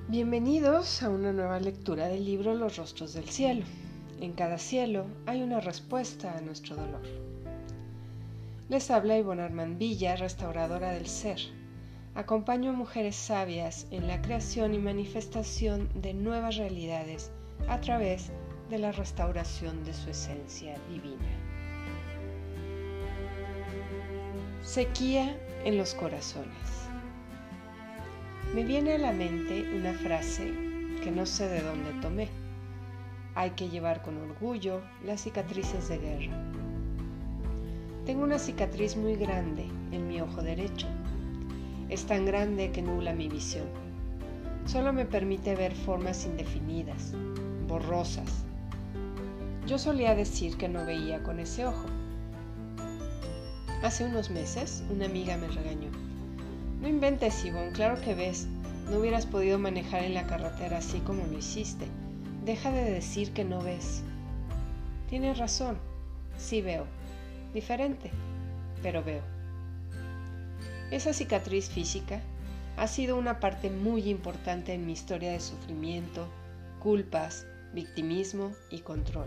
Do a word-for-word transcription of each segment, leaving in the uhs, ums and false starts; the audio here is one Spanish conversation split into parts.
Bienvenidos a una nueva lectura del libro Los rostros del cielo. En cada cielo hay una respuesta a nuestro dolor. Les habla Ivonne Armand Villa, restauradora del ser. Acompaño a mujeres sabias en la creación y manifestación de nuevas realidades a través de la restauración de su esencia divina. Sequía en los corazones. Me viene a la mente una frase que no sé de dónde tomé. Hay que llevar con orgullo las cicatrices de guerra. Tengo una cicatriz muy grande en mi ojo derecho. Es tan grande que nubla mi visión. Solo me permite ver formas indefinidas, borrosas. Yo solía decir que no veía con ese ojo. Hace unos meses, una amiga me regañó. No inventes, Ivonne, claro que ves. No hubieras podido manejar en la carretera así como lo hiciste. Deja de decir que no ves. Tienes razón, sí veo. Diferente, pero veo. Esa cicatriz física ha sido una parte muy importante en mi historia de sufrimiento, culpas, victimismo y control.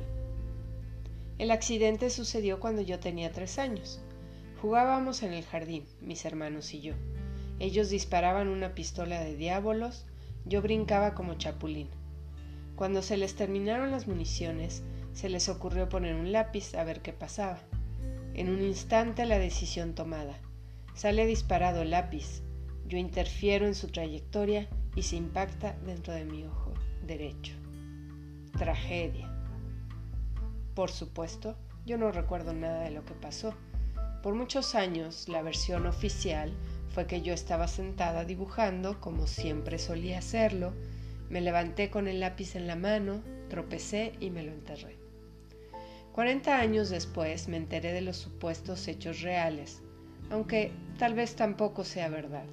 El accidente sucedió cuando yo tenía tres años. Jugábamos en el jardín, mis hermanos y yo. Ellos disparaban una pistola de diábolos, yo brincaba como chapulín. Cuando se les terminaron las municiones, se les ocurrió poner un lápiz a ver qué pasaba. En un instante la decisión tomada. Sale disparado el lápiz, yo interfiero en su trayectoria y se impacta dentro de mi ojo derecho. Tragedia. Por supuesto, yo no recuerdo nada de lo que pasó. Por muchos años, la versión oficial fue que yo estaba sentada dibujando, como siempre solía hacerlo, me levanté con el lápiz en la mano, tropecé y me lo enterré. Cuarenta años después me enteré de los supuestos hechos reales, aunque tal vez tampoco sea verdad.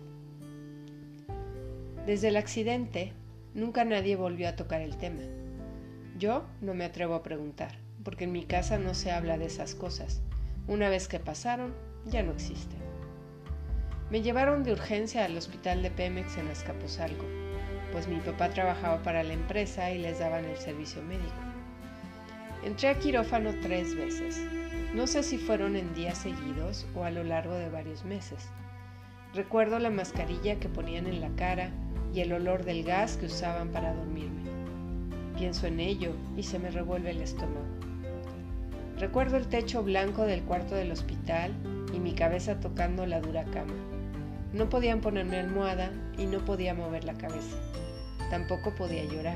Desde el accidente, nunca nadie volvió a tocar el tema. Yo no me atrevo a preguntar, porque en mi casa no se habla de esas cosas. Una vez que pasaron, ya no existen. Me llevaron de urgencia al hospital de Pemex en Azcapotzalco, pues mi papá trabajaba para la empresa y les daban el servicio médico. Entré a quirófano tres veces. No sé si fueron en días seguidos o a lo largo de varios meses. Recuerdo la mascarilla que ponían en la cara y el olor del gas que usaban para dormirme. Pienso en ello y se me revuelve el estómago. Recuerdo el techo blanco del cuarto del hospital y mi cabeza tocando la dura cama. No podían ponerme almohada y no podía mover la cabeza. Tampoco podía llorar.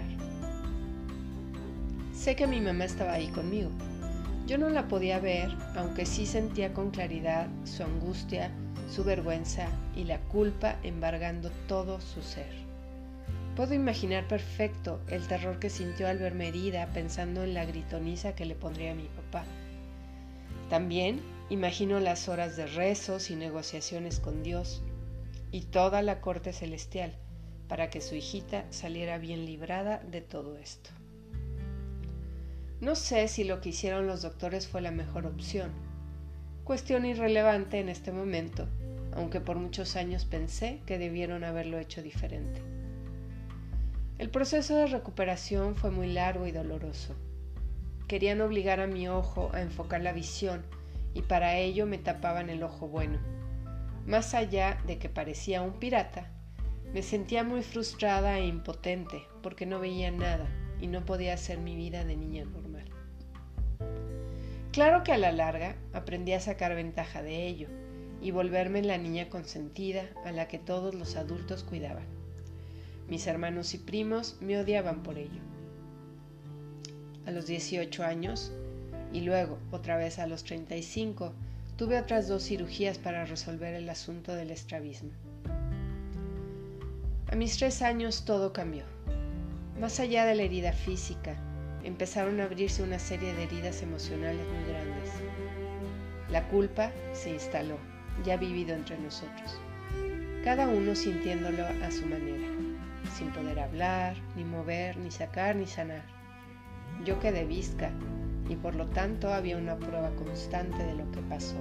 Sé que mi mamá estaba ahí conmigo. Yo no la podía ver, aunque sí sentía con claridad su angustia, su vergüenza y la culpa embargando todo su ser. Puedo imaginar perfecto el terror que sintió al verme herida pensando en la gritoniza que le pondría a mi papá. También imagino las horas de rezos y negociaciones con Dios y toda la corte celestial para que su hijita saliera bien librada de todo esto. No sé si lo que hicieron los doctores fue la mejor opción. Cuestión irrelevante en este momento, aunque por muchos años pensé que debieron haberlo hecho diferente. El proceso de recuperación fue muy largo y doloroso. Querían obligar a mi ojo a enfocar la visión y para ello me tapaban el ojo bueno. Más allá de que parecía un pirata, me sentía muy frustrada e impotente porque no veía nada y no podía hacer mi vida de niña normal. Claro que a la larga aprendí a sacar ventaja de ello y volverme la niña consentida a la que todos los adultos cuidaban. Mis hermanos y primos me odiaban por ello. A los dieciocho años, y luego otra vez a los treinta y cinco, tuve otras dos cirugías para resolver el asunto del estrabismo. A mis tres años todo cambió. Más allá de la herida física, empezaron a abrirse una serie de heridas emocionales muy grandes. La culpa se instaló, ya vivido entre nosotros, cada uno sintiéndolo a su manera, sin poder hablar, ni mover, ni sacar, ni sanar. Yo quedé visca y por lo tanto había una prueba constante de lo que pasó.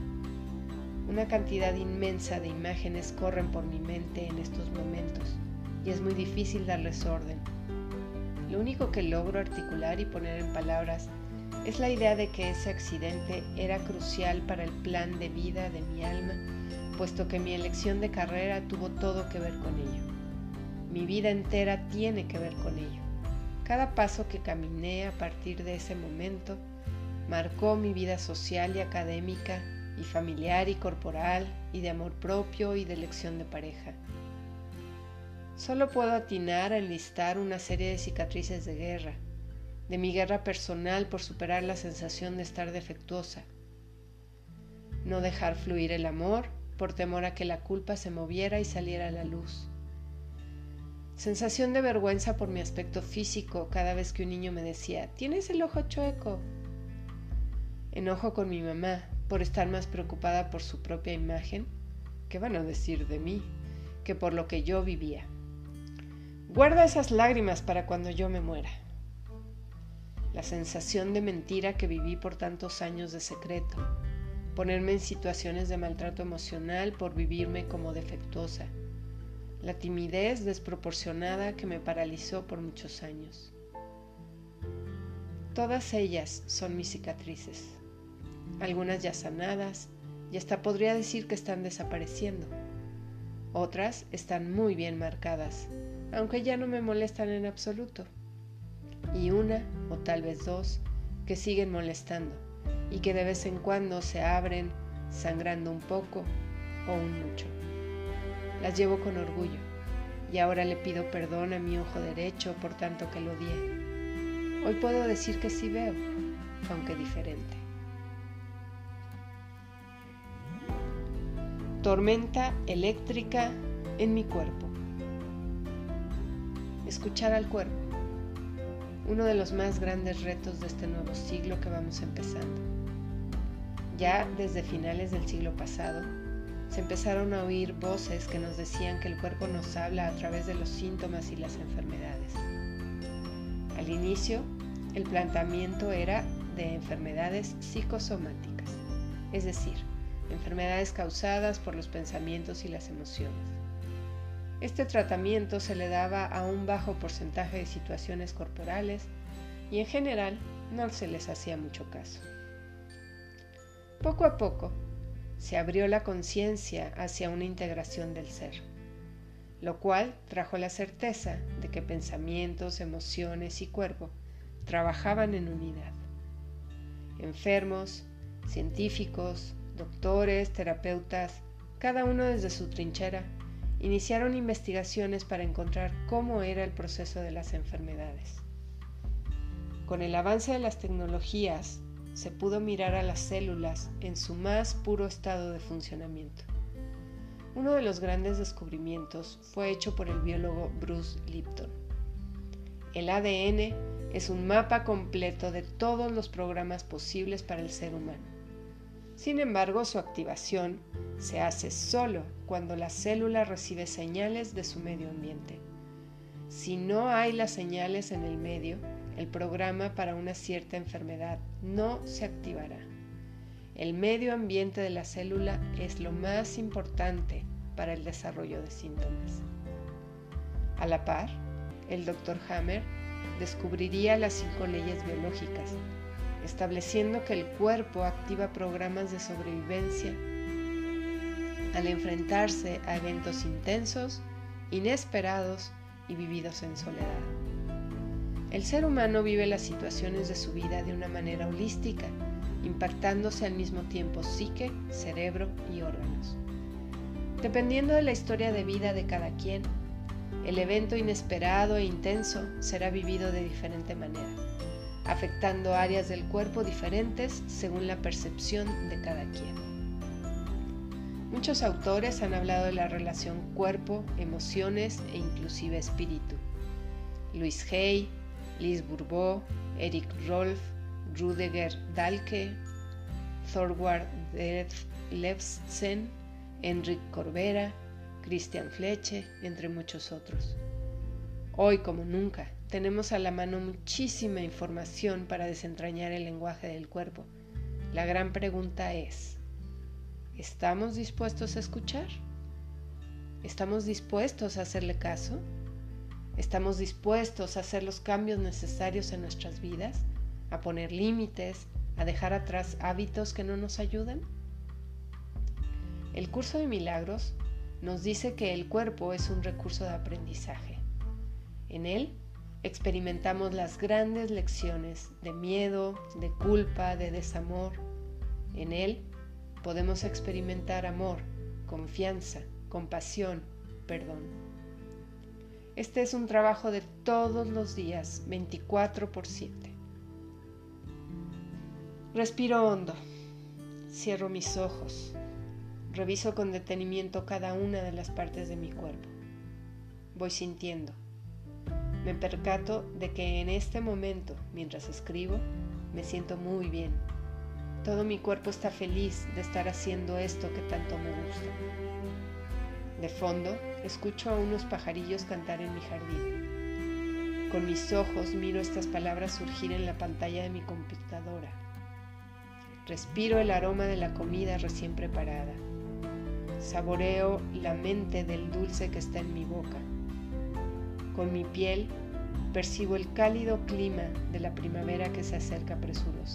Una cantidad inmensa de imágenes corren por mi mente en estos momentos, y es muy difícil darles orden. Lo único que logro articular y poner en palabras es la idea de que ese accidente era crucial para el plan de vida de mi alma, puesto que mi elección de carrera tuvo todo que ver con ello. Mi vida entera tiene que ver con ello. Cada paso que caminé a partir de ese momento marcó mi vida social y académica, y familiar y corporal, y de amor propio y de elección de pareja. Solo puedo atinar a enlistar una serie de cicatrices de guerra, de mi guerra personal por superar la sensación de estar defectuosa. No dejar fluir el amor por temor a que la culpa se moviera y saliera a la luz. Sensación de vergüenza por mi aspecto físico cada vez que un niño me decía, «¿Tienes el ojo chueco?». Enojo con mi mamá por estar más preocupada por su propia imagen, ¿qué van a decir de mí?, que por lo que yo vivía. Guarda esas lágrimas para cuando yo me muera. La sensación de mentira que viví por tantos años de secreto, ponerme en situaciones de maltrato emocional por vivirme como defectuosa, la timidez desproporcionada que me paralizó por muchos años. Todas ellas son mis cicatrices, algunas ya sanadas y hasta podría decir que están desapareciendo. Otras están muy bien marcadas, aunque ya no me molestan en absoluto. Y una, o tal vez dos, que siguen molestando y que de vez en cuando se abren, sangrando un poco o un mucho. Las llevo con orgullo y ahora le pido perdón a mi ojo derecho por tanto que lo odié. Hoy puedo decir que sí veo, aunque diferente. Tormenta eléctrica en mi cuerpo. Escuchar al cuerpo. Uno de los más grandes retos de este nuevo siglo que vamos empezando. Ya desde finales del siglo pasado, se empezaron a oír voces que nos decían que el cuerpo nos habla a través de los síntomas y las enfermedades. Al inicio, el planteamiento era de enfermedades psicosomáticas, es decir, enfermedades causadas por los pensamientos y las emociones. Este tratamiento se le daba a un bajo porcentaje de situaciones corporales y en general no se les hacía mucho caso. Poco a poco se abrió la conciencia hacia una integración del ser, lo cual trajo la certeza de que pensamientos, emociones y cuerpo trabajaban en unidad. Enfermos, científicos, doctores, terapeutas, cada uno desde su trinchera, iniciaron investigaciones para encontrar cómo era el proceso de las enfermedades. Con el avance de las tecnologías, se pudo mirar a las células en su más puro estado de funcionamiento. Uno de los grandes descubrimientos fue hecho por el biólogo Bruce Lipton. El A D N es un mapa completo de todos los programas posibles para el ser humano. Sin embargo, su activación se hace solo cuando la célula recibe señales de su medio ambiente. Si no hay las señales en el medio, el programa para una cierta enfermedad no se activará. El medio ambiente de la célula es lo más importante para el desarrollo de síntomas. A la par, el doctor Hammer descubriría las cinco leyes biológicas, estableciendo que el cuerpo activa programas de sobrevivencia al enfrentarse a eventos intensos, inesperados y vividos en soledad. El ser humano vive las situaciones de su vida de una manera holística, impactándose al mismo tiempo psique, cerebro y órganos. Dependiendo de la historia de vida de cada quien, el evento inesperado e intenso será vivido de diferente manera, afectando áreas del cuerpo diferentes según la percepción de cada quien. Muchos autores han hablado de la relación cuerpo, emociones e inclusive espíritu. Louise Hay, Lise Bourbeau, Eric Rolf, Rudiger Dahlke, Thorwald Levsen, Enrique Corbera, Christian Fleche, entre muchos otros. Hoy, como nunca, tenemos a la mano muchísima información para desentrañar el lenguaje del cuerpo. La gran pregunta es, ¿estamos dispuestos a escuchar? ¿Estamos dispuestos a hacerle caso? ¿Estamos dispuestos a hacer los cambios necesarios en nuestras vidas? ¿A poner límites? ¿A dejar atrás hábitos que no nos ayudan? El curso de milagros nos dice que el cuerpo es un recurso de aprendizaje. En él experimentamos las grandes lecciones de miedo, de culpa, de desamor. En él podemos experimentar amor, confianza, compasión, perdón. Este es un trabajo de todos los días, veinticuatro por siete. Respiro hondo, cierro mis ojos, reviso con detenimiento cada una de las partes de mi cuerpo. Voy sintiendo. Me percato de que en este momento, mientras escribo, me siento muy bien. Todo mi cuerpo está feliz de estar haciendo esto que tanto me gusta. De fondo, escucho a unos pajarillos cantar en mi jardín. Con mis ojos miro estas palabras surgir en la pantalla de mi computadora. Respiro el aroma de la comida recién preparada. Saboreo la mente del dulce que está en mi boca. Con mi piel percibo el cálido clima de la primavera que se acerca presurosa.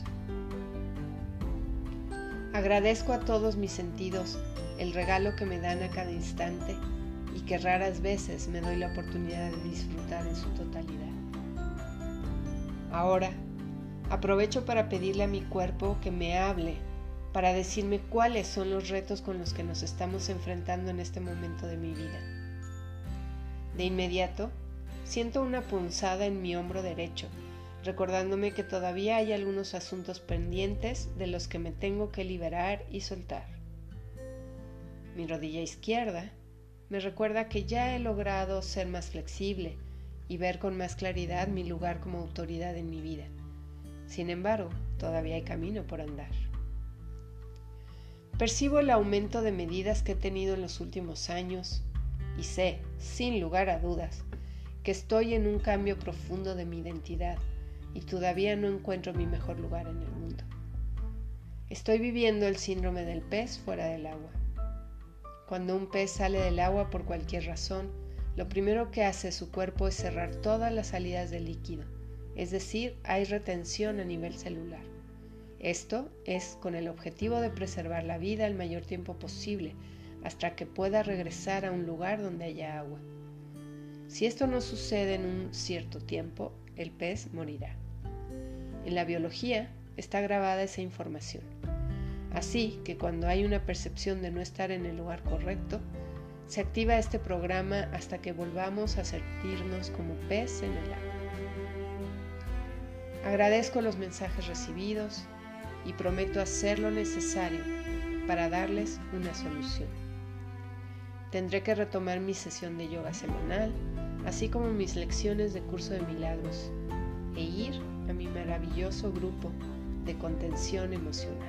Agradezco a todos mis sentidos el regalo que me dan a cada instante y que raras veces me doy la oportunidad de disfrutar en su totalidad. Ahora, aprovecho para pedirle a mi cuerpo que me hable, para decirme cuáles son los retos con los que nos estamos enfrentando en este momento de mi vida. De inmediato, siento una punzada en mi hombro derecho, recordándome que todavía hay algunos asuntos pendientes de los que me tengo que liberar y soltar. Mi rodilla izquierda me recuerda que ya he logrado ser más flexible y ver con más claridad mi lugar como autoridad en mi vida. Sin embargo, todavía hay camino por andar. Percibo el aumento de medidas que he tenido en los últimos años y sé, sin lugar a dudas, que estoy en un cambio profundo de mi identidad y todavía no encuentro mi mejor lugar en el mundo. Estoy viviendo el síndrome del pez fuera del agua. Cuando un pez sale del agua por cualquier razón, lo primero que hace su cuerpo es cerrar todas las salidas de líquido, es decir, hay retención a nivel celular. Esto es con el objetivo de preservar la vida el mayor tiempo posible, hasta que pueda regresar a un lugar donde haya agua. Si esto no sucede en un cierto tiempo, el pez morirá. En la biología está grabada esa información. Así que cuando hay una percepción de no estar en el lugar correcto, se activa este programa hasta que volvamos a sentirnos como pez en el agua. Agradezco los mensajes recibidos y prometo hacer lo necesario para darles una solución. Tendré que retomar mi sesión de yoga semanal, así como mis lecciones de curso de milagros, e ir a mi maravilloso grupo de contención emocional.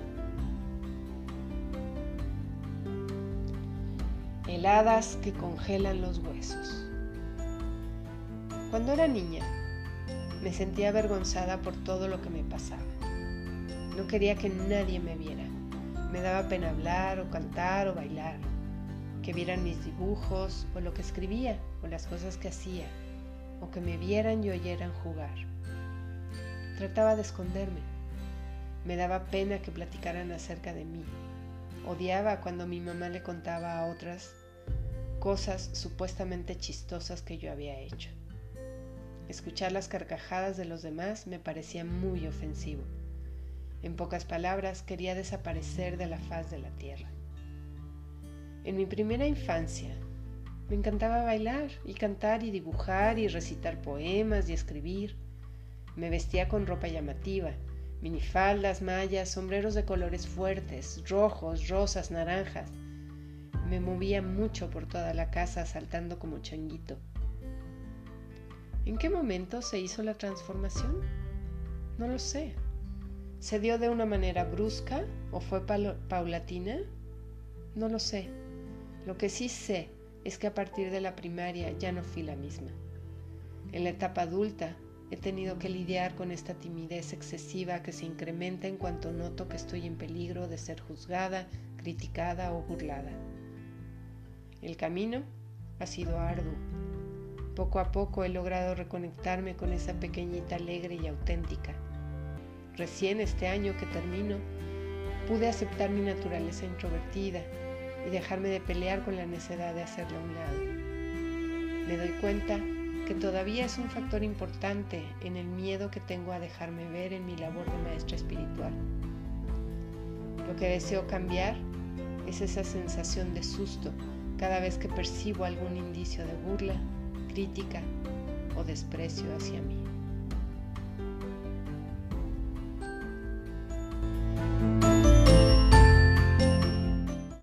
Heladas que congelan los huesos. Cuando era niña, me sentía avergonzada por todo lo que me pasaba. No quería que nadie me viera. Me daba pena hablar o cantar o bailar, que vieran mis dibujos o lo que escribía o las cosas que hacía, o que me vieran y oyeran jugar. Trataba de esconderme. Me daba pena que platicaran acerca de mí. Odiaba cuando mi mamá le contaba a otras cosas supuestamente chistosas que yo había hecho. Escuchar las carcajadas de los demás me parecía muy ofensivo. En pocas palabras, quería desaparecer de la faz de la tierra. En mi primera infancia, me encantaba bailar y cantar y dibujar y recitar poemas y escribir. Me vestía con ropa llamativa, minifaldas, mallas, sombreros de colores fuertes, rojos, rosas, naranjas. Me movía mucho por toda la casa saltando como changuito. ¿En qué momento se hizo la transformación? No lo sé. ¿Se dio de una manera brusca o fue paulatina? No lo sé. Lo que sí sé es que a partir de la primaria ya no fui la misma. En la etapa adulta he tenido que lidiar con esta timidez excesiva que se incrementa en cuanto noto que estoy en peligro de ser juzgada, criticada o burlada. El camino ha sido arduo. Poco a poco he logrado reconectarme con esa pequeñita alegre y auténtica. Recién este año que termino, pude aceptar mi naturaleza introvertida y dejarme de pelear con la necesidad de hacerla a un lado. Me doy cuenta que todavía es un factor importante en el miedo que tengo a dejarme ver en mi labor de maestra espiritual. Lo que deseo cambiar es esa sensación de susto cada vez que percibo algún indicio de burla, crítica o desprecio hacia mí.